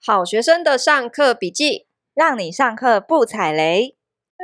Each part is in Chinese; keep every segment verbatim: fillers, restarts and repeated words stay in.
好学生的上课笔记， 让你上课不踩雷。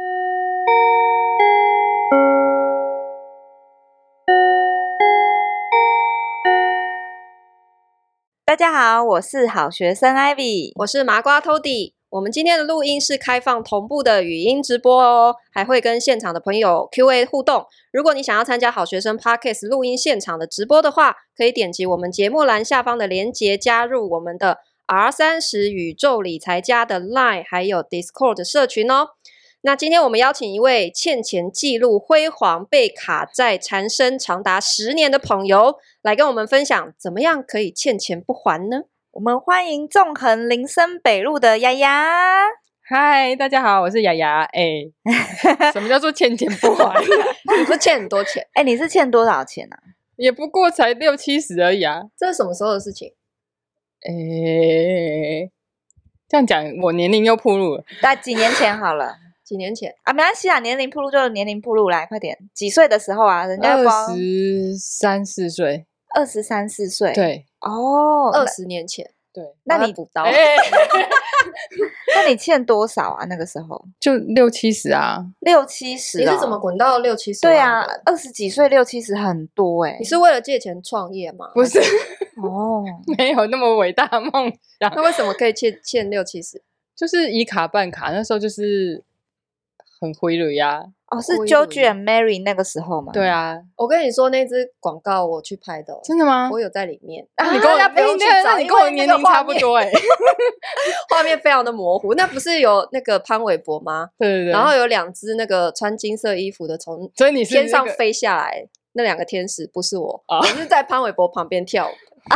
大家好，我是好学生 Ivy， 我是麻瓜 Tody。我们今天的录音是开放同步的语音直播哦，还会跟现场的朋友 Q A 互动。如果你想要参加好学生 Podcast 录音现场的直播的话，可以点击我们节目栏下方的连结，加入我们的 R 三十 宇宙理财家的 Line 还有 Discord 的社群哦。那今天我们邀请一位欠钱记录辉煌、被卡债缠身长达十年的朋友，来跟我们分享怎么样可以欠钱不还呢？ 我们欢迎纵横林森北路的雅雅。 嗨，大家好，我是雅雅。哎、欸，什么叫做欠钱不还？ 你不是欠很多钱？ 哎、欸，你是欠多少钱啊？ 也不过才六七十而已啊。 这是什么时候的事情？ 哎、欸，这样讲我年龄又暴露了。 大概几年前好了。 几年前啊，没关系啊，年龄暴露就年龄暴露，来快点，几岁的时候啊？人家二十三四岁， 二十三四岁， 对， 哦， 二十年前， 对， 那你补刀， 欸、 那你欠多少啊？那个时候就六七十啊， 六七十、哦， 你是怎么滚到六七十？ 对啊，二十几岁六七十很多哎、欸。 你是为了借钱创业吗？ 不是， 哦， 没有那么伟大的梦想。 那为什么可以欠欠六七十？ 就是以卡办卡，那时候就是很灰了呀。 哦，是 George and Mary 那个时候吗？ 对啊， 我跟你说，那支广告我去拍的、哦， 真的吗？ 我有在里面。 啊，你跟我， 啊、不用去找， 那你跟我年龄差不多哎、欸， 画面非常的模糊。那不是有那个潘玮柏吗？ 对对对。 然后有两只那个穿金色衣服的从所以你是、 天上飞下来，那两个天使不是我，哦、我是在潘玮柏旁边跳舞。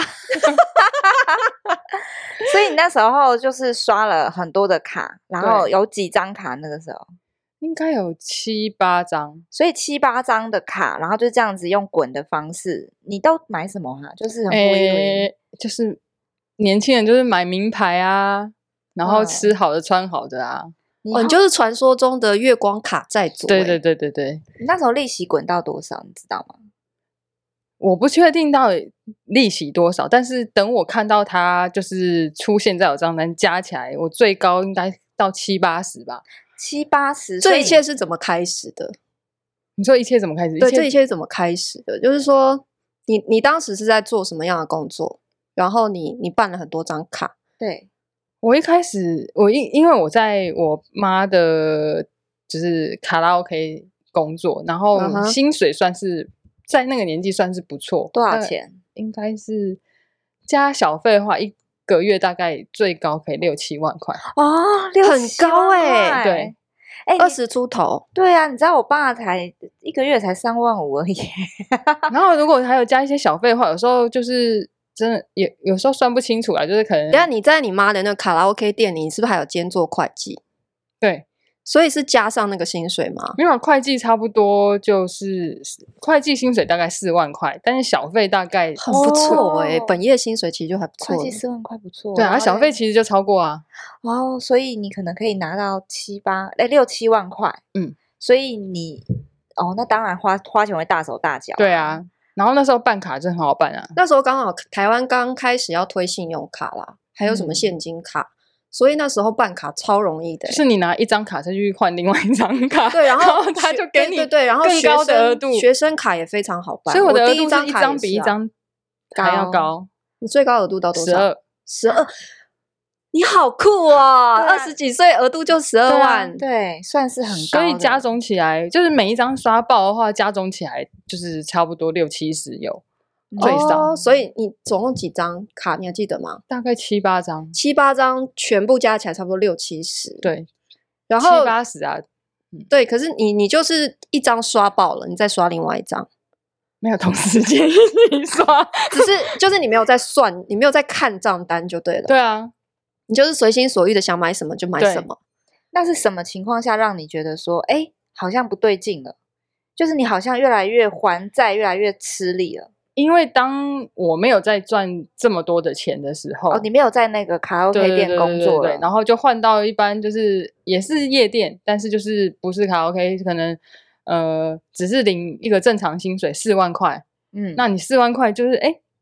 所以你那时候就是刷了很多的卡，然后有几张卡那个时候？ 应该有七八张， 所以七八张的卡，然后就这样子用滚的方式。你都买什么啊？就是很不一欸，就是年轻人就是买名牌啊，然后吃好的、嗯、穿好的啊。 你, 哦、你就是传说中的月光卡债族、欸。 对对对对对。 你那时候利息滚到多少？你知道吗？ 我不确定到底利息多少，但是等我看到它就是出现在我账单加起来，我最高应该到七八十吧。 七八十， 这一切是怎么开始的？ 你说一切怎么开始？ 对，这一切是怎么开始的？就是说，你你当时是在做什么样的工作？然后你你办了很多张卡。 对， 我一开始我因因为我在我妈的，就是卡拉 OK 工作，然后薪水算是、uh-huh. 在那个年纪算是不错。 多少钱？ 应该是加小费的话一。个月大概最高可以六七万块哦，六很高哎、 欸， 对， 哎， 二十出头， 对啊，你知道我爸才一个月才三万五而已， 然后如果还有加一些小费的话，有时候就是真的也有时候算不清楚啦，就是可能。 等下你在你妈的那个卡拉 OK 店里，你是不是还有兼做会计？ 对。 所以是加上那个薪水吗？ 没有，会计差不多就是会计薪水大概四万块，但是小费大概很不错哎、欸哦，本业薪水其实就还不错。 会计四万块不错， 对啊，小费其实就超过啊。 哦，所以你可能可以拿到七八哎六七万块， 嗯， 所以你哦，那当然花花钱会大手大脚、啊。 对啊，然后那时候办卡真的很好办啊。 那时候刚好台湾刚开始要推信用卡啦，还有什么现金卡。嗯，所以那时候办卡超容易的、欸， 就是你拿一张卡再去换另外一张卡， 对，然后, 然后他就给你对对对，然后更高的额度， 学生卡也非常好办， 所以我的额度第一张一张比一张还要高。 你最高额度到多少？ 十二， 十二，你好酷哦！二十、啊、几岁额度就十二万， 对，对，算是很高。 所以加总起来，就是每一张刷爆的话，加总起来就是差不多六七十有。最少、 哦，所以你总共几张卡？你还记得吗？ 大概七八张， 七八张全部加起来差不多六七十。 对， 然后七八十啊、 嗯，对。可是你你就是一张刷爆了，你再刷另外一张， 没有同时间一起刷， 只是就是你没有在算，你没有在看账单就对了。 对啊， 你就是随心所欲的想买什么就买什么。 那是什么情况下让你觉得说，哎，好像不对劲了？就是你好像越来越还债，越来越吃力了。 因为当我没有在赚这么多的钱的时候， 哦，你没有在那个卡拉 OK 店工作了， 对对对对对，然后就换到一般就是也是夜店，但是就是不是卡拉 OK， 可能呃只是领一个正常薪水四万块，嗯，那你四万块就是哎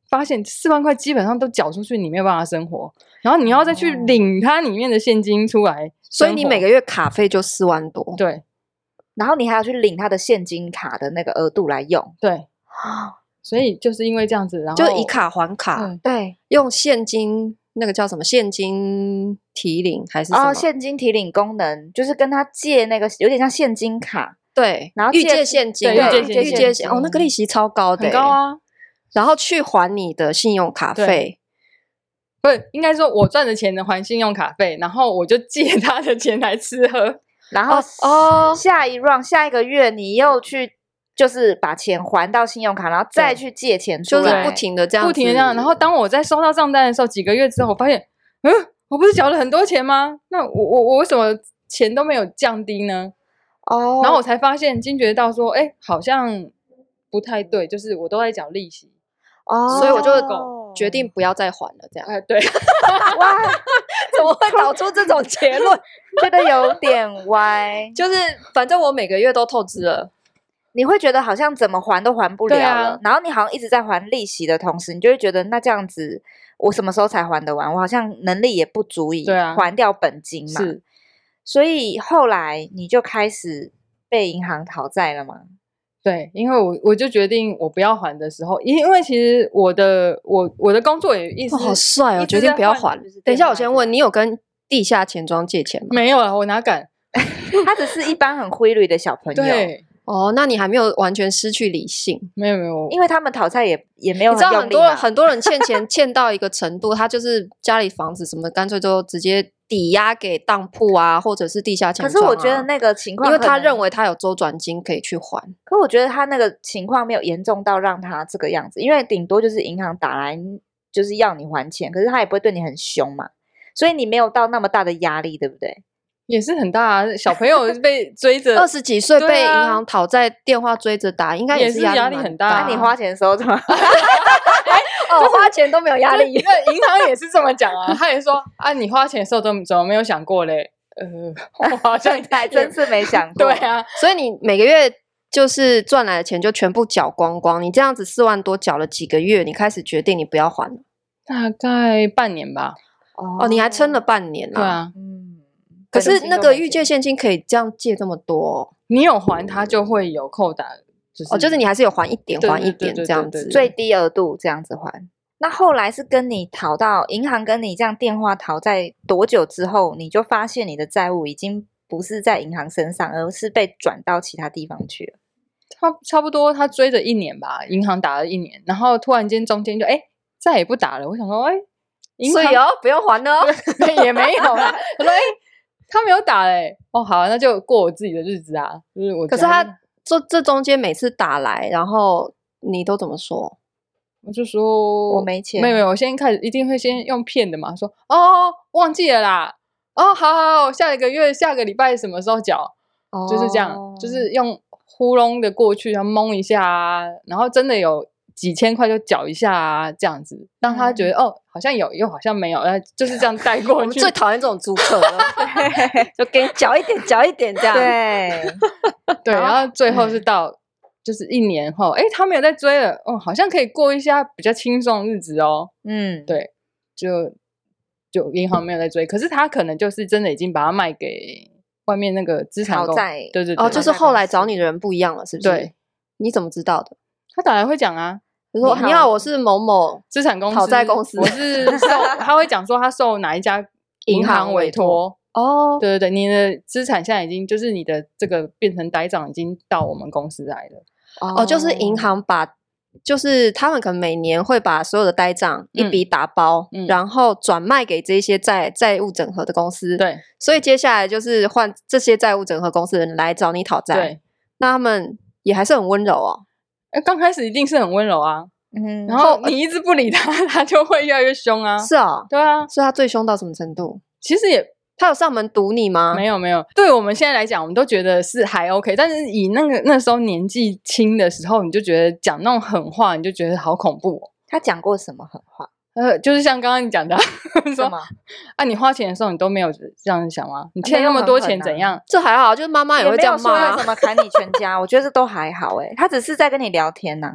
发现四万块基本上都缴出去，你没有办法生活，然后你要再去领它里面的现金出来， 所以你每个月卡费就四万多。 对， 然后你还要去领他的现金卡的那个额度来用。 对，所以就是因为这样子，然后就以卡还卡， 对， 用现金那个叫什么现金提领还是什么？ 哦，现金提领功能就是跟他借那个有点像现金卡， 对， 然后预借现金， 对， 预借现哦，那个利息超高的， 很高啊。 然后去还你的信用卡费， 不是应该说我赚的钱能还信用卡费，然后我就借他的钱来吃喝， 然后哦， 下一 round 下一个月你又去就是把钱还到信用卡，然后再去借钱出来， 就是不停的这样， 不停的这样。然后当我在收到账单的时候，几个月之后，我发现，嗯，我不是缴了很多钱吗？那我我我为什么钱都没有降低呢？ 哦， 然后我才发现惊觉到说，哎，好像不太对，就是我都在缴利息。 哦， 所以我就决定不要再还了，这样。 哎，对， 哇，怎么会导出这种结论？ 觉得有点歪。 就是反正我每个月都透支了， 你会觉得好像怎么还都还不了了， 啊、 然后你好像一直在还利息的同时，你就会觉得那这样子，我什么时候才还得完？我好像能力也不足以还掉本金嘛。 是， 所以后来你就开始被银行讨债了吗？ 对，因为我我就决定我不要还的时候，因为其实我的我我的工作也意思、 哦、好帅哦，决定不要还。等一下，我先问你，有跟地下钱庄借钱吗？ 没有了，我哪敢？ 他只是一般很灰绿的小朋友。 对， 哦，那你还没有完全失去理性。 没有没有， 因为他们讨债也也没有很用力嘛。你知道很多很多人欠钱欠到一个程度，他就是家里房子什么，干脆就直接抵押给当铺啊，或者是地下钱庄、啊。 可是我觉得那个情况， 因为他认为他有周转金可以去还。 可我觉得他那个情况没有严重到让他这个样子，因为顶多就是银行打来就是要你还钱，可是他也不会对你很凶嘛，所以你没有到那么大的压力，对不对？ 也是很大啊，小朋友被追着二十几岁被银行讨债电话追着打，应该也是压力很大、啊。 那你花钱的时候怎么？ 哦，花钱都没有压力。 对，银行也是这么讲啊，他也说啊，你花钱的时候都怎么没有想过嘞？呃，我好像还真是没想过。 对啊， 所以你每个月就是赚来的钱就全部缴光光，你这样子四万多缴了几个月，你开始决定你不要还了？ 大概半年吧。 哦，你还撑了半年啊？对啊， 嗯。 可是那个预借现金可以这样借这么多、哦， 你有还它就会有扣打，就是哦，就是你还是有还一点，还一点这样子， 最低额度这样子还。那后来是跟你讨到银行跟你这样电话讨债多久之后，你就发现你的债务已经不是在银行身上，而是被转到其他地方去了？ 差差不多他追了一年吧，银行打了一年，然后突然间中间就哎再也不打了。我想说哎，银行所以哦不用还了， 也没有啦。我说哎。他没有打嘞、欸，哦，好、啊，那就过我自己的日子啊。就是我， 可是他这这中间每次打来，然后你都怎么说？ 我就说我没钱， 没有没有，我先开始一定会先用骗的嘛，说哦忘记了啦，哦好好好，下一个月下个礼拜什么时候缴、哦，就是这样，就是用糊弄的过去，然后蒙一下啊，然后真的有。几千块就缴一下啊，这样子让他觉得、嗯、哦，好像有又好像没有，就是这样带过去。 我们最讨厌这种租客了，就给你缴一点，缴一点这样。 对对，然后最后是到、嗯、就是一年后，哎，他没有在追了，哦，好像可以过一下比较轻松的日子哦。嗯，对，就就银行没有在追，可是他可能就是真的已经把它卖给外面那个资产公司。对对对， 哦，就是后来找你的人不一样了，是不是？对，你怎么知道的？ 他打来会讲啊。 就说你好，我是某某资产公司、 讨债公司， 我是受，他会讲说他受哪一家银行委托哦， 对对对，你的资产现在已经就是你的这个变成呆账，已经到我们公司来了。 哦，就是银行把，就是他们可能每年会把所有的呆账一笔打包，嗯、然后转卖给这些债债务整合的公司。 对， 所以接下来就是换这些债务整合公司的人来找你讨债。 对， 那他们也还是很温柔哦。 刚开始一定是很温柔啊，嗯，然后你一直不理他，他就会越来越凶啊。 是啊， 对啊， 所以他最凶到什么程度？ 其实也， 他有上门堵你吗？ 没有没有，对我们现在来讲，我们都觉得是还 OK， 但是以那个那时候年纪轻的时候，你就觉得讲那种狠话，你就觉得好恐怖哦。 他讲过什么狠话？ 呃，就是像刚刚你讲的，说啊，你花钱的时候你都没有这样想吗？你欠那么多钱怎样？ 啊、这还好，就是妈妈也会这样骂、啊。 也没有说什么砍你全家，我觉得这都还好哎、欸，他只是在跟你聊天呐、啊。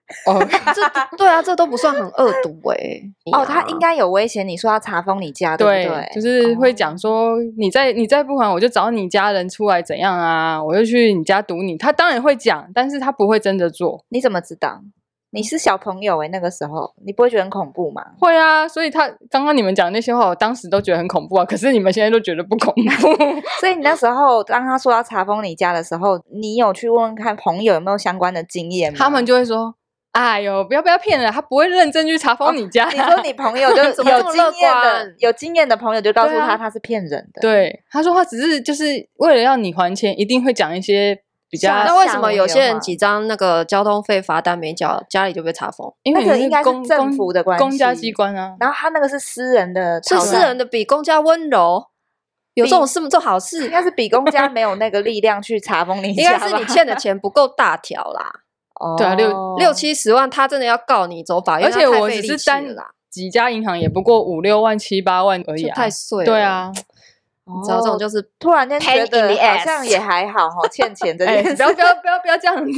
哦， 这对啊，这都不算很恶毒哎、欸。 哦，他应该有威胁你说要查封你家，对不对？ 就是会讲说、哦、你再你再不还，我就找你家人出来怎样啊？我就去你家堵你。他当然会讲，但是他不会真的做。 你怎么知道？你是小朋友哎、欸，那个时候你不会觉得很恐怖吗？ 会啊，所以他刚刚你们讲那些话，我当时都觉得很恐怖啊。可是你们现在都觉得不恐怖， 所以你那时候当他说要查封你家的时候，你有去问问看朋友有没有相关的经验吗？ 他们就会说：“哎呦，不要不要骗了，他不会认真去查封你家。哦” 你说你朋友就有经验的，有经验的朋友就告诉他他是骗人的。 对、啊，对，他说他只是就是为了要你还钱，一定会讲一些。比较那为什么有些人几张那个交通费罚单没缴，家里就被查封？ 因为那个应该是政府的关系， 公家机关啊。 然后他那个是私人的， 是私人的比公家温柔，有这种事这种好事？ 应该是比公家没有那个力量去查封你家， 应该是你欠的钱不够大条啦。 哦， 对啊，六六七十万，他真的要告你走法院， 而且我只是单几家银行也不过五六万七八万而已啊， 太碎了。 对啊。 你知道这种就是突然间觉得好像也还好哈，欠钱这件事、 欸、不要不要不要不要这样子。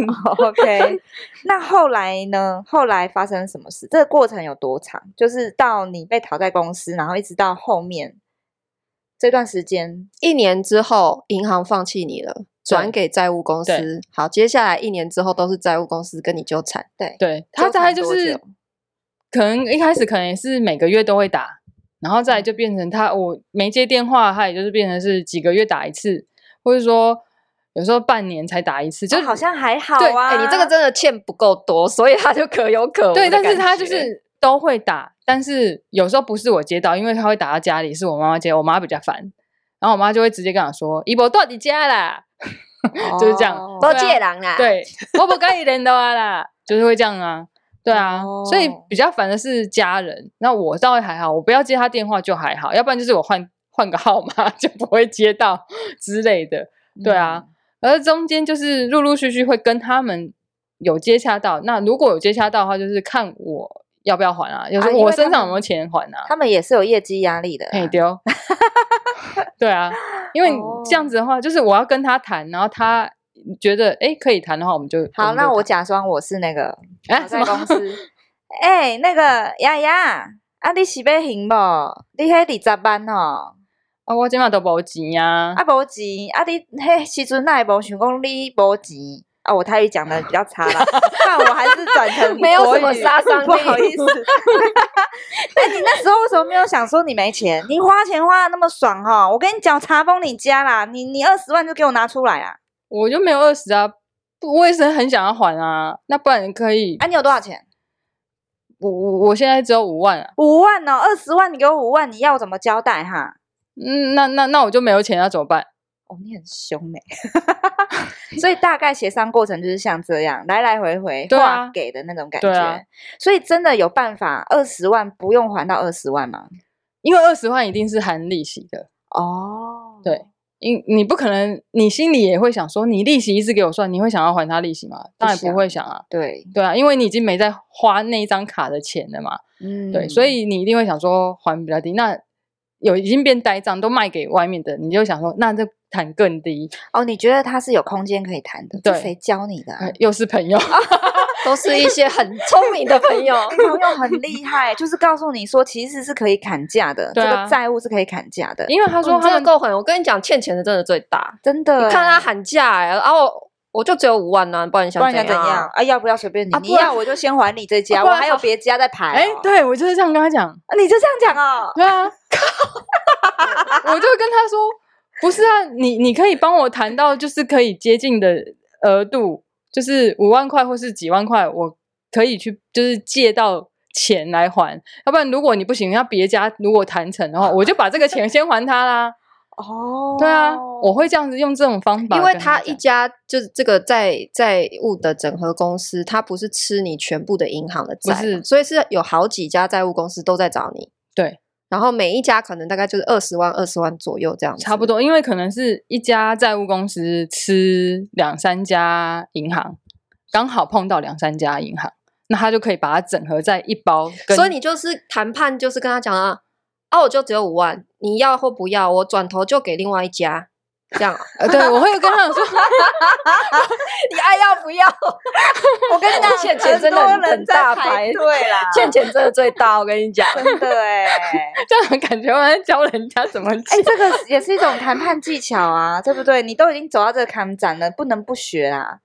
OK， 那后来呢？后来发生什么事？这个过程有多长？就是到你被讨债公司，然后一直到后面这段时间， 一年之后，银行放弃你了，转给债务公司。好，接下来一年之后都是债务公司跟你纠缠。 对对，他大概就是可能一开始可能也是每个月都会打。然后再来就变成他我没接电话，他也就是变成是几个月打一次，或者说有时候半年才打一次，就、 哦、好像还好啊。 欸、你这个真的欠不够多，所以他就可有可无。 对，但是他就是都会打，但是有时候不是我接到，因为他会打到家里，是我妈妈接，我妈比较烦，然后我妈就会直接跟我说：“姨婆到底家啦。哦”就是这样， 不借人啦。 对，我不跟你联络啦，就是会这样啊。对啊、哦，所以比较烦的是家人。那我稍微还好，我不要接他电话就还好，要不然就是我换换个号码就不会接到之类的。对啊，嗯、而中间就是陆陆续续会跟他们有接洽到。那如果有接洽到的话，就是看我要不要还啊，就是我身上有没有钱还啊。 啊、他们也是有业绩压力的、啊。 嘿丢，对啊，因为这样子的话，就是我要跟他谈，然后他。觉得哎可以谈的话，我们就好。 我们就那我假装我是那个哎在公司，哎、欸，那个丫丫啊，你是要还不？你迄二十万哦。 啊，我今嘛都无钱啊。 啊，无钱啊！你迄时阵哪会无想讲你无钱啊？我台语讲的比较差啦，那我还是转成没有什么杀伤力， 不好意思。哎、欸，你那时候为什么没有想说你没钱？你花钱花的那么爽哈、哦！我跟你讲，查封你家啦，你你二十万就给我拿出来啊！ 我就没有二十啊，我也是很想要还啊，那不然可以啊？你有多少钱？ 我我我现在只有五万啊， 五万哦，二十万你给我五万，你要怎么交代哈？ 嗯，那那那我就没有钱，要怎么办？ 哦，你很凶哎、欸，所以大概协商过程就是像这样，来来回回话给的那种感觉。 对啊， 所以真的有办法二十万不用还到二十万吗？ 因为二十万一定是含利息的哦。 对。你你不可能，你心里也会想说，你利息一直给我算，你会想要还他利息吗？当然不会想啊。 对对啊，因为你已经没在花那一张卡的钱了嘛。嗯，对，所以你一定会想说还比较低。那有已经变呆账，都卖给外面的，你就想说，那就谈更低。 哦，你觉得他是有空间可以谈的？ 对， 谁教你的、啊？ 又是朋友。 都是一些很聪明的朋友， 你朋友很厉害，就是告诉你说其实是可以砍价的， 对啊、 这个债务是可以砍价的。 因为他说他们够狠，我跟你讲，欠钱的真的最大， 真的。 你看他喊价、欸，然后我就只有五万呢、啊，不然你想怎样？ 怎样？啊，要不要随便你？ 啊、 你要我就先还你这家，啊、我还有别家在排、哦。 哎，对我就是这样跟他讲、 啊，你就这样讲哦。 对啊，我就跟他说，不是啊，你你可以帮我谈到就是可以接近的额度，就是五万块或是几万块，我。可以去就是借到钱来还，要不然如果你不行，要别家如果谈成的话，我就把这个钱先还他啦。 哦， 对啊，我会这样子用这种方法， 因为他一家就是这个债债务的整合公司，他不是吃你全部的银行的债， 是， 所以是有好几家债务公司都在找你。 对， 然后每一家可能大概就是二十万、二十万左右这样子， 差不多，因为可能是一家债务公司吃两三家银行，刚好碰到两三家银行。那他就可以把它整合在一包， 所以你就是谈判，就是跟他讲啊，啊，我就只有五万，你要或不要，我转头就给另外一家， 这样、啊呃，对，我会跟他说， 你爱要不要？我跟你讲，倩倩真的很多人很大在排牌， 队啦倩倩真的最大，我跟你讲。 真的哎、 这样感觉我在教人家怎么哎、 讲。 这个也是一种谈判技巧啊，对不对？你都已经走到这个坎展了，不能不学啦。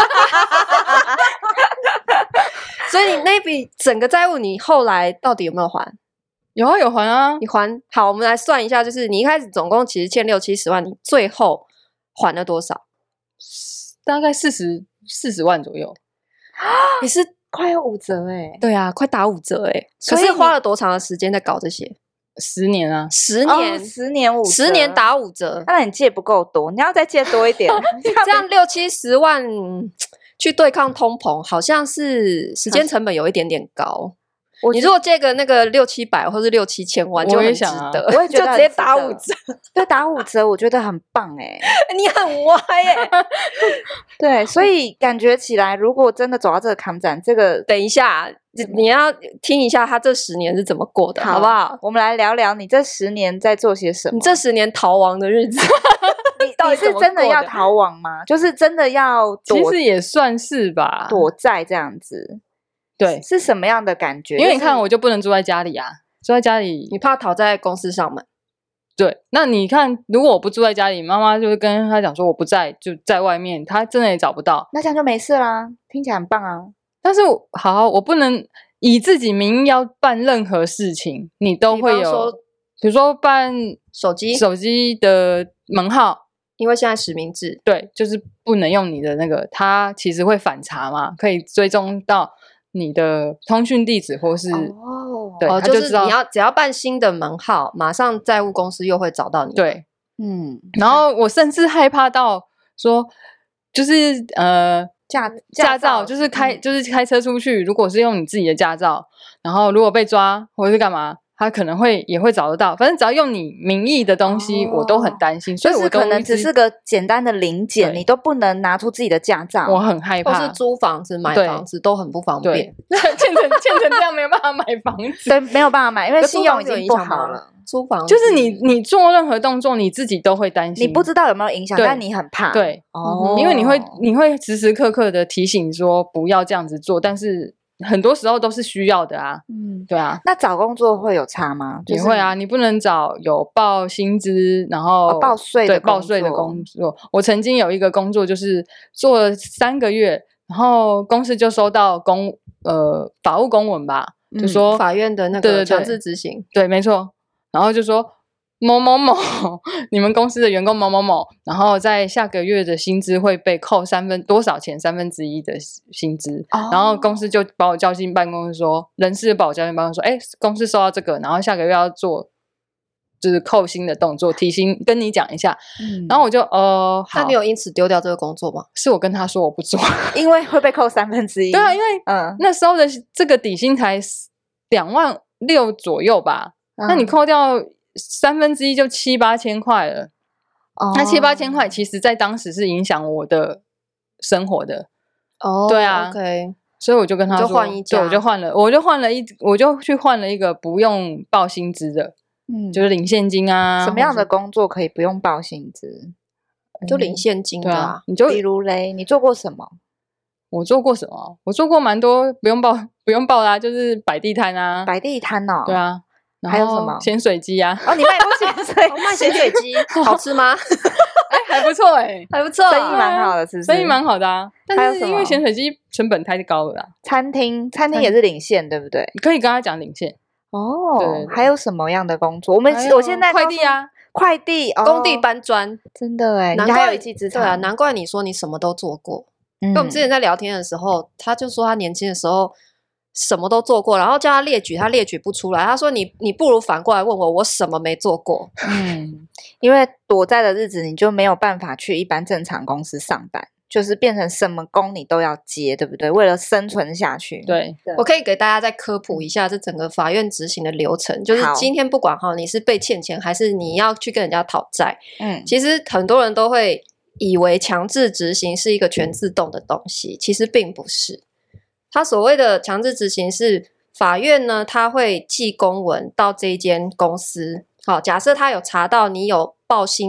所以你那笔整个债务，你后来到底有没有还？ 有啊有还啊， 你还好，我们来算一下，就是你一开始总共其实欠六七十万，你最后还了多少？ 大概四十四十万左右。 你是快有五折哎、 对啊，快打五折哎、欸！可所以你是花了多长的时间在搞这些？ 十年啊， 十年， 哦十年五折十年打五折， 那你借不够多，你要再借多一点， 这样六七十万去对抗通膨，好像是时间成本有一点点高。 我你如果借个那个六七百或是六七千万，就很值我也想啊得， 我也觉得就直接很值得打五折。 对打五折，我觉得很棒哎、 你很歪耶、 对，所以感觉起来，如果真的走到这个坎展，这个等一下，你你要听一下他这十年是怎么过的，好不好？ 我们来聊聊你这十年在做些什么。 你这十年逃亡的日子， 你你是到底怎么真的要过的逃亡吗？就是真的要其躲实也算是吧。 躲债这样子， 对， 是什么样的感觉？ 因为你看， 就是我就不能住在家里啊，住在家里你怕讨在公司上门？ 对，那你看，如果我不住在家里，妈妈就会跟他讲说我不在，就在外面，他真的也找不到。 那这样就没事啦，听起来很棒啊。 但是好，我不能以自己名义要办任何事情，你都会有， 比方说比如说办手机， 手机的门号， 因为现在实名制， 对，就是不能用你的那个，它其实会反查嘛，可以追踪到你的通讯地址或是。 哦， 对哦， 他就是知道你要只要办新的门号，马上债务公司又会找到你。， 对， 嗯， 然后我甚至害怕到说，就是呃， 驾驾照就是开、 嗯就是开车出去，如果是用你自己的驾照，然后如果被抓或者是干嘛，他可能会也会找得到。反正只要用你名义的东西， 哦我都很担心，所以就是我都一直可能只是个简单的零件， 对你都不能拿出自己的驾照。 我很害怕或是。租房子、买对房子都很不方便对。，欠成欠成这样没有办法买房子。 对，没有办法买，因为可信租房子有用已经不影响吗好了。 租房就是你你做任何动作，你自己都会担心， 你不知道有没有影响， 对但你很怕。 对， 哦， 因为你会你会时时刻刻的提醒说不要这样子做，但是很多时候都是需要的啊。 嗯， 对啊， 那找工作会有差吗？就是也会啊，你不能找有报薪资，然后、 哦报税的对报工税的作工作。我曾经有一个工作，就是做了三个月，然后公司就收到公呃法务公文吧，就嗯说法院的那对对对个强制执行， 对，没错，然后就说某某某，你们公司的员工某某某，然后在下个月的薪资会被扣三分多少钱？三分之一的薪资。 哦然后公司就把我叫进办公室说，人事把我叫进办公室说，哎，公司收到这个，然后下个月要做就是扣薪的动作，提醒跟你讲一下。 嗯然后我就呃，好， 那你有因此丢掉这个工作吗？ 是我跟他说我不做。 因为会被扣三分之一。 对啊，因为嗯， 那时候的这个底薪才两万六左右吧，那你嗯扣掉三分之一就七八千块了。 哦那七八千块，其实在当时是影响我的生活的， 哦对啊 ，OK， 所以我就跟他你就说， 换一家对，我就换了，我就换了一，我就去换了一个不用报薪资的， 嗯就是领现金啊。 什么样的或者工作可以不用报薪资？ 就领现金的对啊，你就比如嘞，你做过什么？ 我做过什么？我做过蛮多不用报不用报啦、就是摆地摊啊， 摆地摊哦。 对。啊，然后还有什么咸水鸡啊， 哦，你卖过咸水哦卖咸水鸡好吃吗？ 哎，还不错哎、 还不错啊， 生意蛮好的，是不是？ 生意蛮好的啊。 还有什么但是因为咸水鸡成本太高了啦， 餐厅，餐厅也是领现，对不对？ 你可以跟他讲领现， 哦， 对对对还有什么样的工作？我们还有我现在告诉， 快递啊， 快递，哦工地搬砖， 真的哎， 难怪你还有一技之长。 对啊，难怪你说你什么都做过。 嗯， 因为我们之前在聊天的时候，他就说他年轻的时候什么都做过，然后叫他列举，他列举不出来。他说你你不如反过来问我，我什么没做过？ 嗯， 因为躲债的日子，你就没有办法去一般正常公司上班，就是变成什么工你都要接，对不对？为了生存下去。 对， 我可以给大家再科普一下这整个法院执行的流程，就是好今天不管哈你是被欠钱还是你要去跟人家讨债， 嗯， 其实很多人都会以为强制执行是一个全自动的东西，其实并不是。它所谓的强制执行是法院呢，它会寄公文到这一间公司。好，假设他有查到你有报薪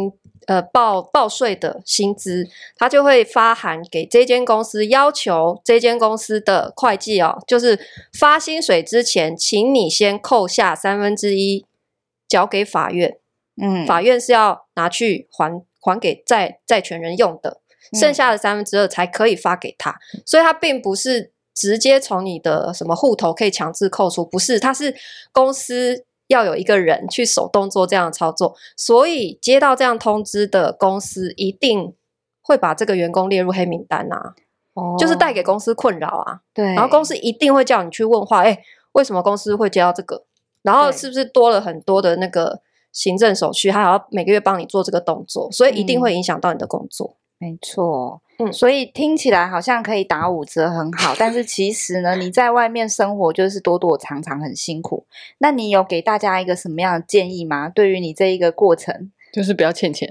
呃报报税的薪资，他就会发函给这间公司，要求这间公司的会计哦，就是发薪水之前，请你先扣下三分之一交给法院， 嗯， 法院是要拿去还还给债债权人用的，剩下的三分之二才可以发给他，嗯、所以他并不是直接从你的什么户头可以强制扣除，不是，他是公司要有一个人去手动做这样的操作，所以接到这样通知的公司一定会把这个员工列入黑名单啊，哦、就是带给公司困扰啊。 对， 然后公司一定会叫你去问话，哎，为什么公司会接到这个？然后是不是多了很多的那个行政手续，还要每个月帮你做这个动作，所以一定会影响到你的工作。 嗯、没错。嗯，所以听起来好像可以打五折很好，但是其实呢，你在外面生活就是躲躲藏藏很辛苦。那你有给大家一个什么样的建议吗？对于你这一个过程， 就是不要欠钱。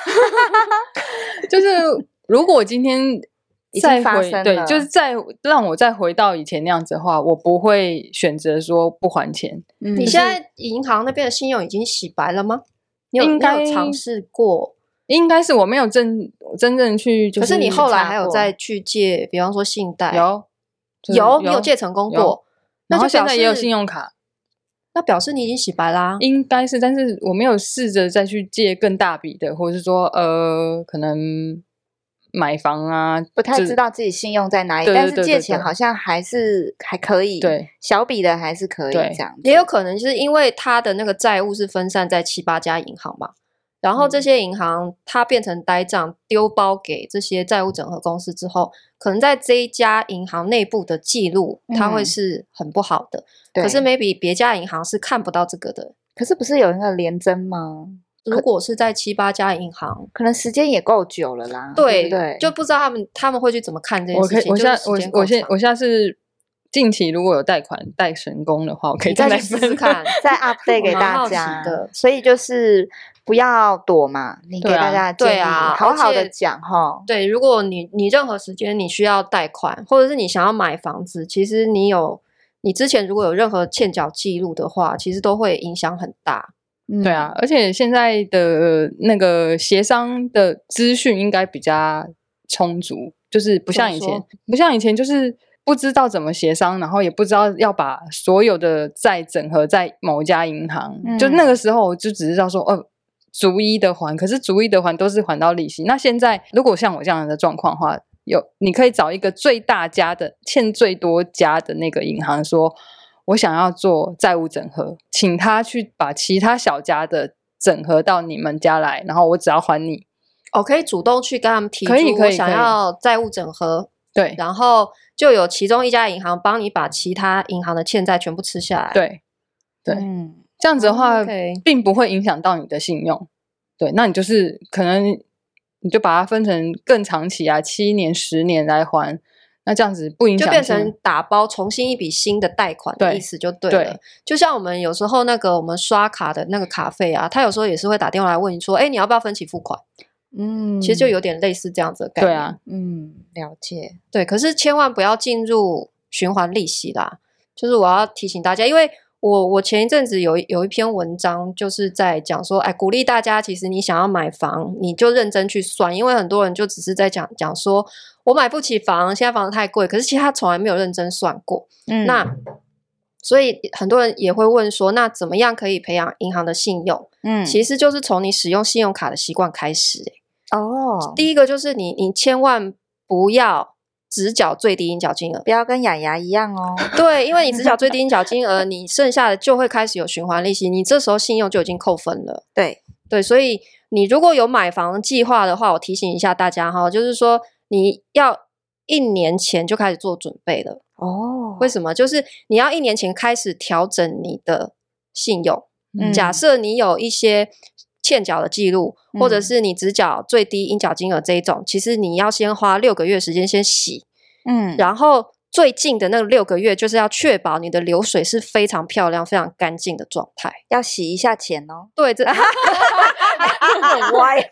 就是如果今天再回对，就是再让我再回到以前那样子的话，我不会选择说不还钱。 嗯、你现在银行那边的信用已经洗白了吗？你有应该你有尝试过？ 应该是我没有真真正去，就是， 可是你后来还有再去借，比方说信贷， 有、 就是、有，你有借成功过， 然后现在也有信用卡， 那表示你已经洗白啦。 应该是，但是我没有试着再去借更大笔的，或者是说呃，可能买房啊， 不太知道自己信用在哪里， 对对对对对， 但是借钱好像还是还可以， 对， 小笔的还是可以这样子。 也有可能就是因为他的那个债务是分散在七八家银行嘛。然后这些银行它变成呆账丢包给这些债务整合公司之后，可能在这一家银行内部的记录它会是很不好的，嗯、可是 maybe 别家银行是看不到这个的。 可是不是有那个联征吗？ 如果是在七八家银行， 可能时间也够久了啦。 对对, 对， 就不知道他们他们会去怎么看这件事情。 我现在我我现我现在是近期如果有贷款贷成功的话，我可以再来试试看， 再 update 给大家的。所以就是不要躲嘛，你给大家的建议， 对啊， 好好的讲哈。 对，如果你你任何时间你需要贷款，或者是你想要买房子，其实你有你之前如果有任何欠缴记录的话，其实都会影响很大。 嗯、对啊，而且现在的那个协商的资讯应该比较充足，就是不像以前，不像以前就是不知道怎么协商，然后也不知道要把所有的债整合在某一家银行。嗯、就那个时候，我就只知道说，哦，逐一的还，可是逐一的还都是还到利息。那现在如果像我这样的状况的话，有你可以找一个最大家的、欠最多家的那个银行说，我想要做债务整合，请他去把其他小家的整合到你们家来，然后我只要还你。 哦，可以主动去跟他们提出， 我想要债务整合。 对， 然后就有其中一家银行帮你把其他银行的欠债全部吃下来。 对，对，嗯，这样子的话， okay. 并不会影响到你的信用。对，那你就是可能你就把它分成更长期啊，七年、十年来还。那这样子不影响， 就变成打包重新一笔新的贷款的意思就对了。对，就像我们有时候那个我们刷卡的那个卡费啊，他有时候也是会打电话来问你说，哎，你要不要分期付款？嗯，其实就有点类似这样子的概念。 对啊， 嗯，了解。 对，可是千万不要进入循环利息啦。就是我要提醒大家，因为我我前一阵子有有一篇文章，就是在讲说，哎，鼓励大家，其实你想要买房，你就认真去算，因为很多人就只是在讲讲说，我买不起房，现在房子太贵，可是其实他从来没有认真算过。嗯，那所以很多人也会问说，那怎么样可以培养银行的信用？嗯，其实就是从你使用信用卡的习惯开始、欸。哦，第一个就是你你千万不要只缴最低应缴金额， 不要跟雅雅一样哦。 对，因为你只缴最低应缴金额，你剩下的就会开始有循环利息，你这时候信用就已经扣分了。 对对，所以你如果有买房计划的话，我提醒一下大家哈，就是说你要一年前就开始做准备了。哦，为什么？就是你要一年前开始调整你的信用。嗯，假设你有一些欠缴的记录，或者是你只缴最低应缴金额这一种，嗯，其实你要先花六个月时间先洗，嗯，然后最近的那六个月就是要确保你的流水是非常漂亮、非常干净的状态， 要洗一下钱哦。 对，这很歪。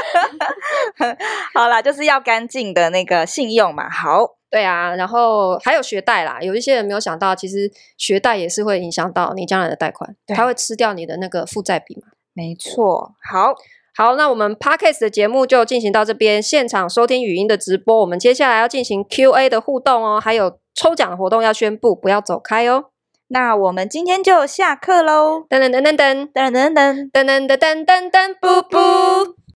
好啦，就是要干净的那个信用嘛。好。 对啊，然后还有学贷啦，有一些人没有想到，其实学贷也是会影响到你将来的贷款，它会吃掉你的那个负债比嘛。 没错。好， 好，那我们 Podcast 的节目就进行到这边，现场收听语音的直播，我们接下来要进行 Q A 的互动哦，还有抽奖的活动要宣布，不要走开哦。 那我们今天就下课喽！ 噔噔噔噔噔噔噔噔噔噔噔噔噔噔，布布。